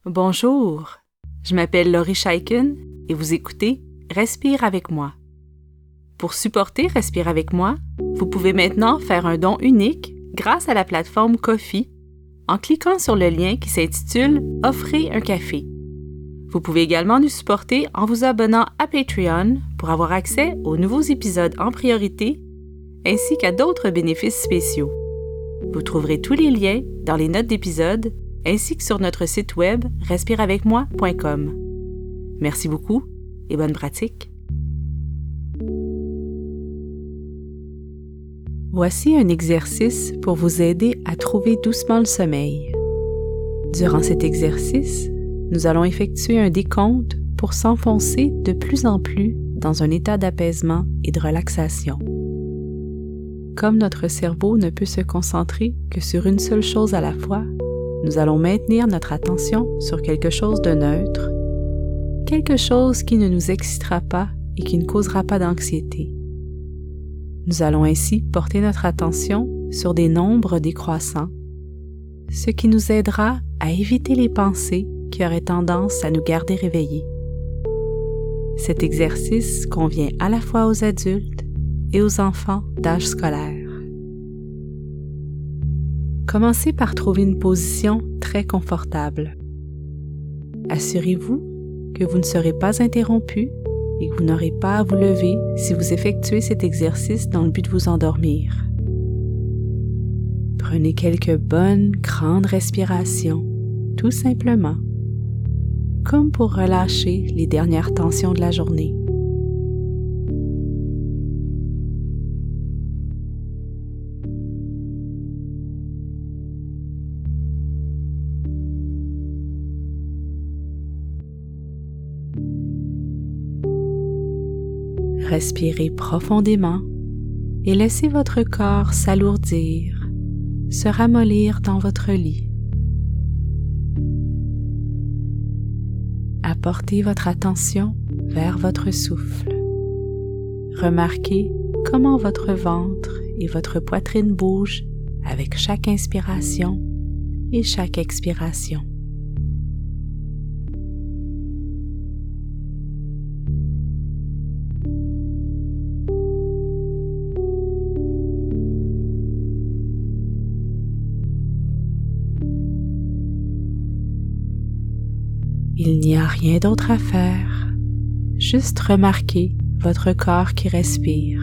Bonjour, je m'appelle Laurie Scheiken et vous écoutez Respire avec moi. Pour supporter Respire avec moi, vous pouvez maintenant faire un don unique grâce à la plateforme Ko-fi en cliquant sur le lien qui s'intitule « Offrez un café ». Vous pouvez également nous supporter en vous abonnant à Patreon pour avoir accès aux nouveaux épisodes en priorité ainsi qu'à d'autres bénéfices spéciaux. Vous trouverez tous les liens dans les notes d'épisode ainsi que sur notre site web respireavecmoi.com. Merci beaucoup et bonne pratique. Voici un exercice pour vous aider à trouver doucement le sommeil. Durant cet exercice, nous allons effectuer un décompte pour s'enfoncer de plus en plus dans un état d'apaisement et de relaxation. Comme notre cerveau ne peut se concentrer que sur une seule chose à la fois, nous allons maintenir notre attention sur quelque chose de neutre, quelque chose qui ne nous excitera pas et qui ne causera pas d'anxiété. Nous allons ainsi porter notre attention sur des nombres décroissants, ce qui nous aidera à éviter les pensées qui auraient tendance à nous garder réveillés. Cet exercice convient à la fois aux adultes et aux enfants d'âge scolaire. Commencez par trouver une position très confortable. Assurez-vous que vous ne serez pas interrompu et que vous n'aurez pas à vous lever si vous effectuez cet exercice dans le but de vous endormir. Prenez quelques bonnes, grandes respirations, tout simplement, comme pour relâcher les dernières tensions de la journée. Respirez profondément et laissez votre corps s'alourdir, se ramollir dans votre lit. Apportez votre attention vers votre souffle. Remarquez comment votre ventre et votre poitrine bougent avec chaque inspiration et chaque expiration. Il n'y a rien d'autre à faire, juste remarquer votre corps qui respire.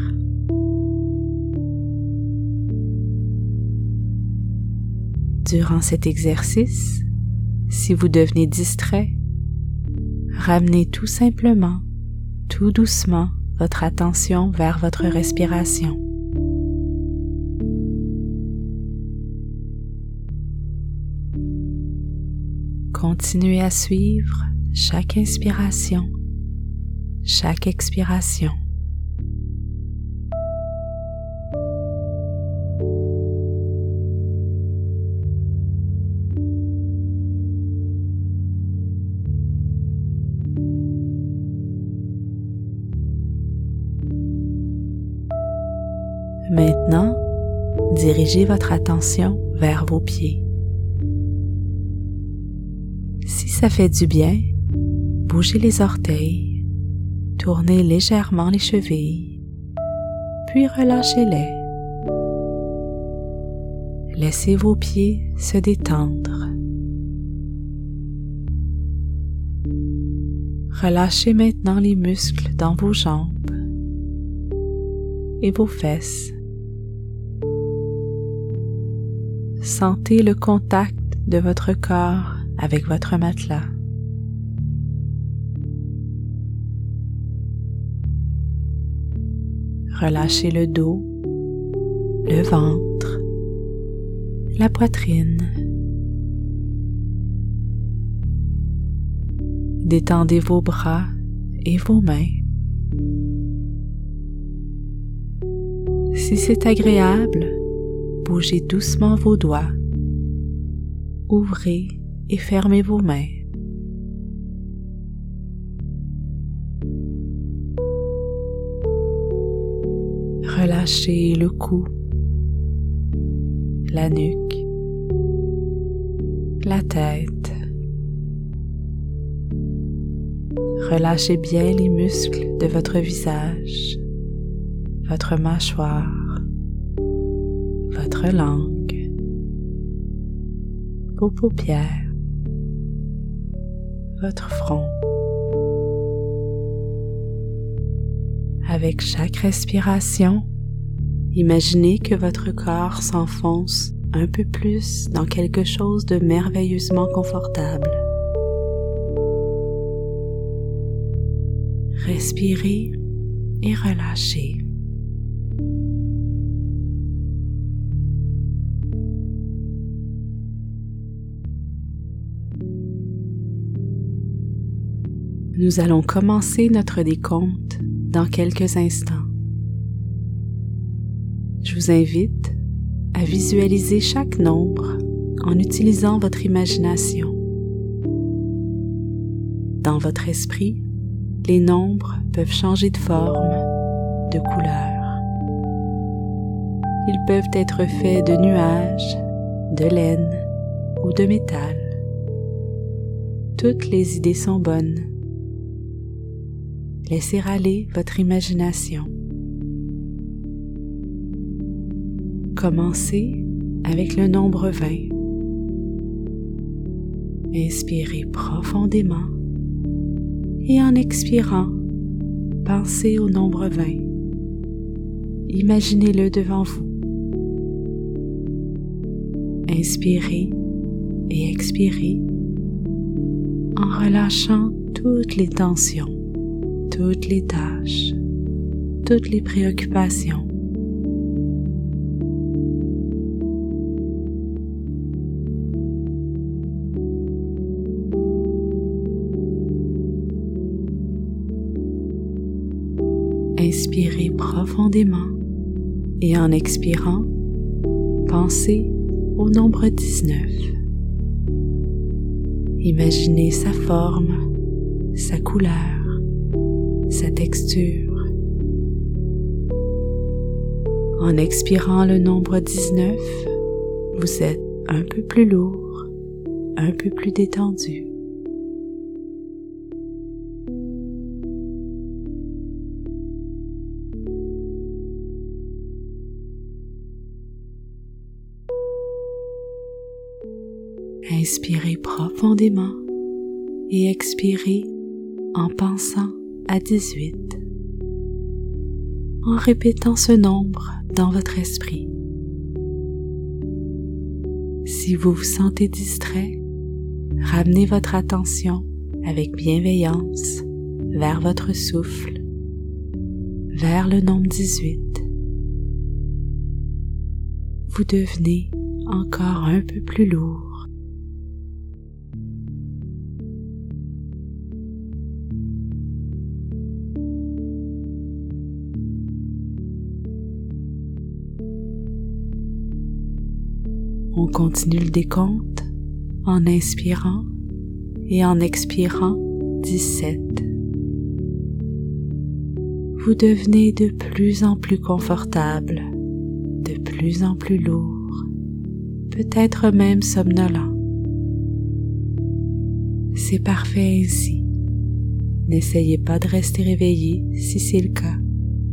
Durant cet exercice, si vous devenez distrait, ramenez tout simplement, tout doucement, votre attention vers votre respiration. Continuez à suivre chaque inspiration, chaque expiration. Maintenant, dirigez votre attention vers vos pieds. Si ça fait du bien, bougez les orteils, tournez légèrement les chevilles, puis relâchez-les. Laissez vos pieds se détendre. Relâchez maintenant les muscles dans vos jambes et vos fesses. Sentez le contact de votre corps avec votre matelas. Relâchez le dos, le ventre, la poitrine. Détendez vos bras et vos mains. Si c'est agréable, bougez doucement vos doigts. Ouvrez et fermez vos mains. Relâchez le cou, la nuque, la tête. Relâchez bien les muscles de votre visage, votre mâchoire, votre langue, vos paupières, votre front. Avec chaque respiration, imaginez que votre corps s'enfonce un peu plus dans quelque chose de merveilleusement confortable. Respirez et relâchez. Nous allons commencer notre décompte dans quelques instants. Je vous invite à visualiser chaque nombre en utilisant votre imagination. Dans votre esprit, les nombres peuvent changer de forme, de couleur. Ils peuvent être faits de nuages, de laine ou de métal. Toutes les idées sont bonnes. Laissez aller votre imagination. Commencez avec le nombre 20. Inspirez profondément et en expirant, pensez au nombre 20. Imaginez-le devant vous. Inspirez et expirez en relâchant toutes les tensions, toutes les tâches, toutes les préoccupations. Inspirez profondément et en expirant, pensez au nombre 19. Imaginez sa forme, sa couleur, sa texture. En expirant le nombre 19, vous êtes un peu plus lourd, un peu plus détendu. Inspirez profondément et expirez en pensant à 18, en répétant ce nombre dans votre esprit. Si vous vous sentez distrait, ramenez votre attention avec bienveillance vers votre souffle, vers le nombre 18. Vous devenez encore un peu plus lourd. On continue le décompte en inspirant et en expirant 17. Vous devenez de plus en plus confortable, de plus en plus lourd, peut-être même somnolent. C'est parfait ainsi. N'essayez pas de rester réveillé si c'est le cas.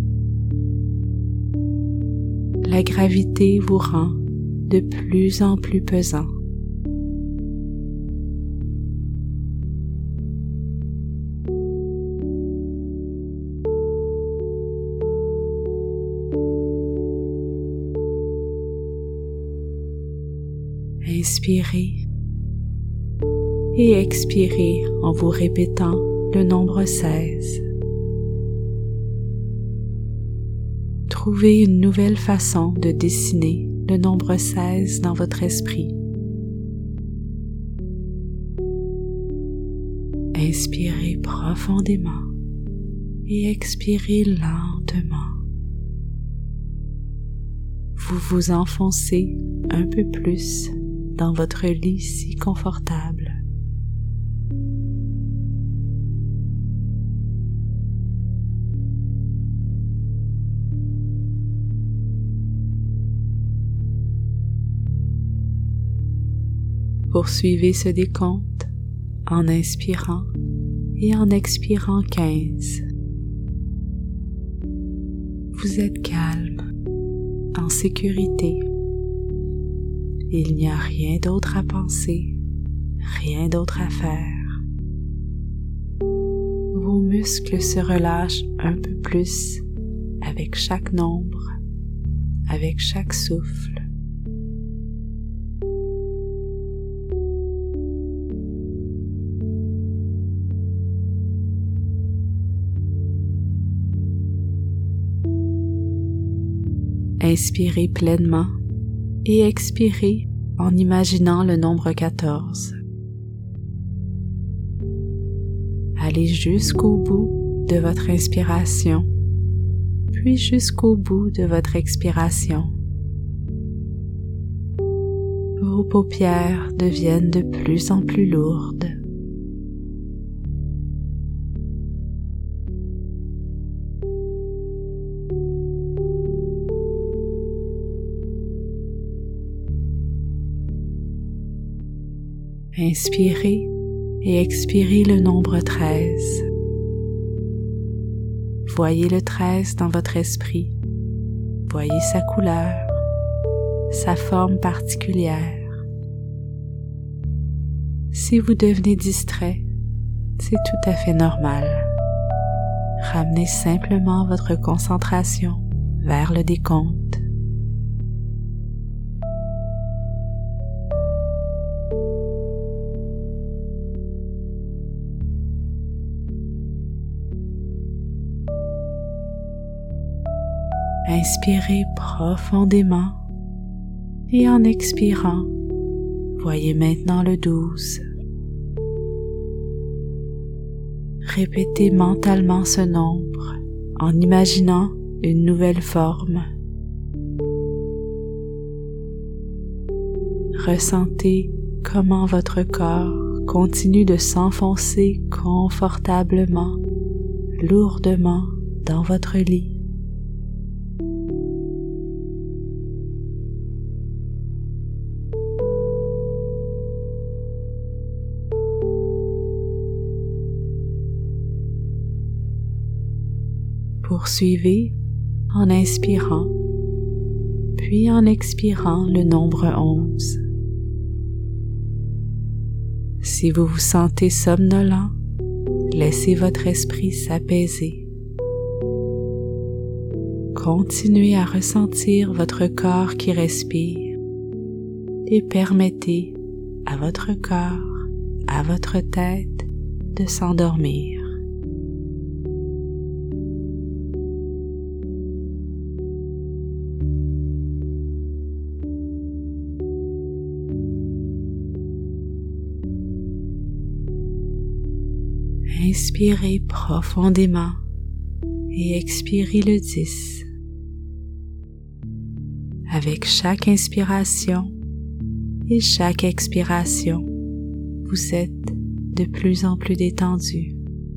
La gravité vous rend de plus en plus pesant. Inspirez et expirez en vous répétant le nombre 16. Trouvez une nouvelle façon de dessiner le nombre 16 dans votre esprit. Inspirez profondément et expirez lentement. Vous vous enfoncez un peu plus dans votre lit si confortable. Poursuivez ce décompte en inspirant et en expirant 15. Vous êtes calme, en sécurité. Il n'y a rien d'autre à penser, rien d'autre à faire. Vos muscles se relâchent un peu plus avec chaque nombre, avec chaque souffle. Inspirez pleinement et expirez en imaginant le nombre 14. Allez jusqu'au bout de votre inspiration, puis jusqu'au bout de votre expiration. Vos paupières deviennent de plus en plus lourdes. Inspirez et expirez le nombre 13. Voyez le 13 dans votre esprit. Voyez sa couleur, sa forme particulière. Si vous devenez distrait, c'est tout à fait normal. Ramenez simplement votre concentration vers le décompte. Inspirez profondément et en expirant, voyez maintenant le 12. Répétez mentalement ce nombre en imaginant une nouvelle forme. Ressentez comment votre corps continue de s'enfoncer confortablement, lourdement dans votre lit. Poursuivez en inspirant, puis en expirant le nombre 11. Si vous vous sentez somnolent, laissez votre esprit s'apaiser. Continuez à ressentir votre corps qui respire et permettez à votre corps, à votre tête de s'endormir. Inspirez profondément et expirez le 10. Avec chaque inspiration et chaque expiration, vous êtes de plus en plus détendu.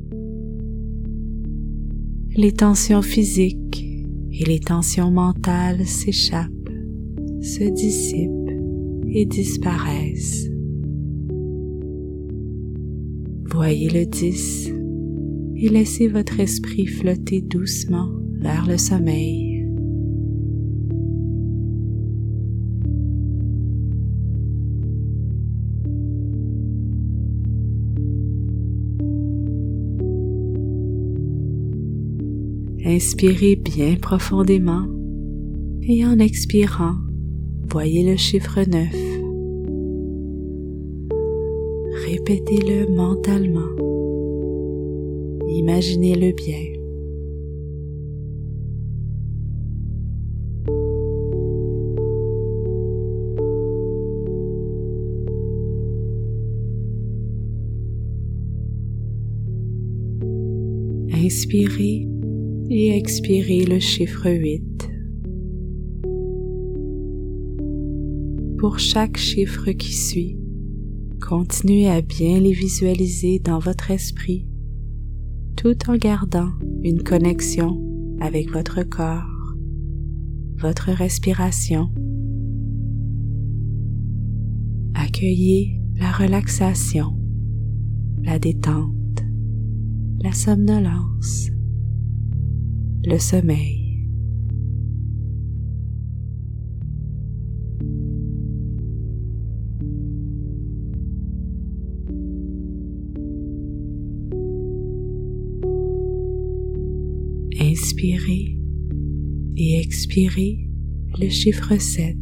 Les tensions physiques et les tensions mentales s'échappent, se dissipent et disparaissent. Voyez le 10 et laissez votre esprit flotter doucement vers le sommeil. Inspirez bien profondément et en expirant, voyez le chiffre 9. Répétez-le mentalement. Imaginez-le bien. Inspirez et expirez le chiffre 8. Pour chaque chiffre qui suit, continuez à bien les visualiser dans votre esprit, tout en gardant une connexion avec votre corps, votre respiration. Accueillez la relaxation, la détente la somnolence, le sommeil. Inspirez et expirez le chiffre 7.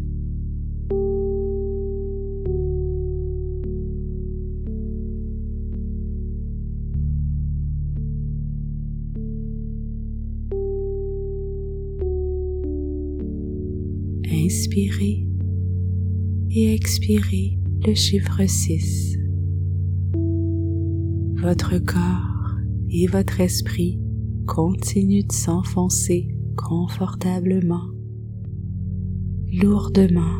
Inspirez et expirez le chiffre 6. Votre corps et votre esprit continuent de s'enfoncer confortablement, lourdement.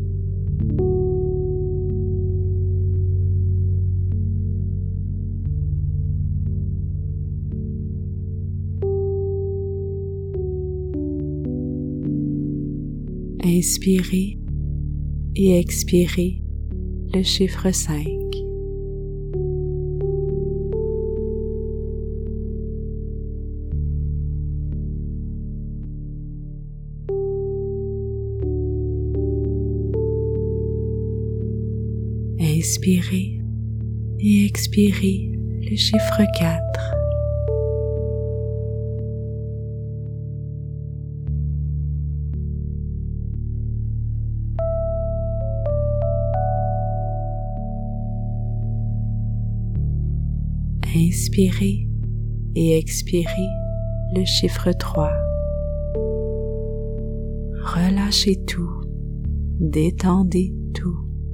Inspirez et expirez le chiffre 5. Inspirez et expirez le chiffre 4. Inspirez et expirez le chiffre 3. Relâchez tout, détendez tout.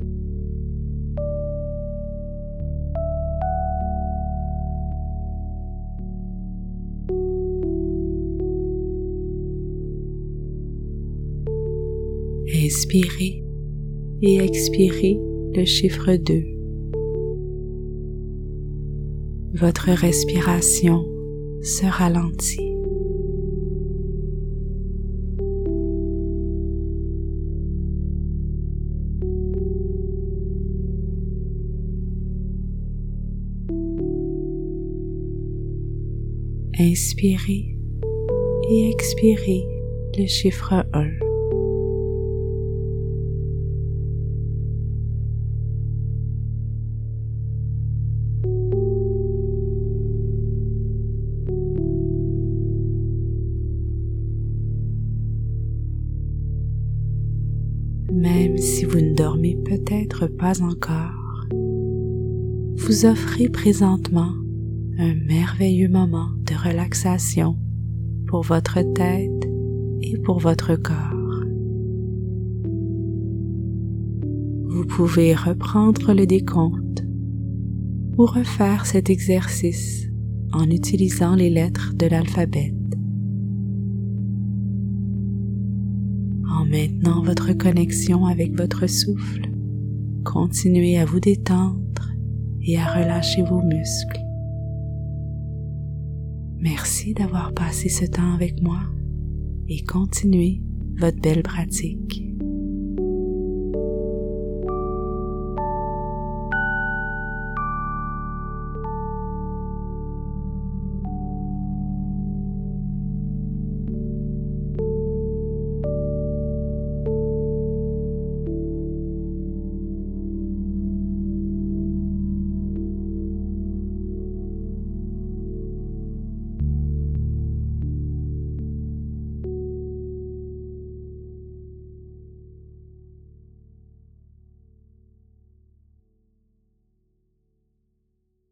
Inspirez et expirez le chiffre 2. Votre respiration se ralentit. Inspirez et expirez le chiffre 1. Même si vous ne dormez peut-être pas encore, vous offrez présentement un merveilleux moment de relaxation pour votre tête et pour votre corps. Vous pouvez reprendre le décompte ou refaire cet exercice en utilisant les lettres de l'alphabet. En maintenant votre connexion avec votre souffle, continuez à vous détendre et à relâcher vos muscles. Merci d'avoir passé ce temps avec moi et continuez votre belle pratique.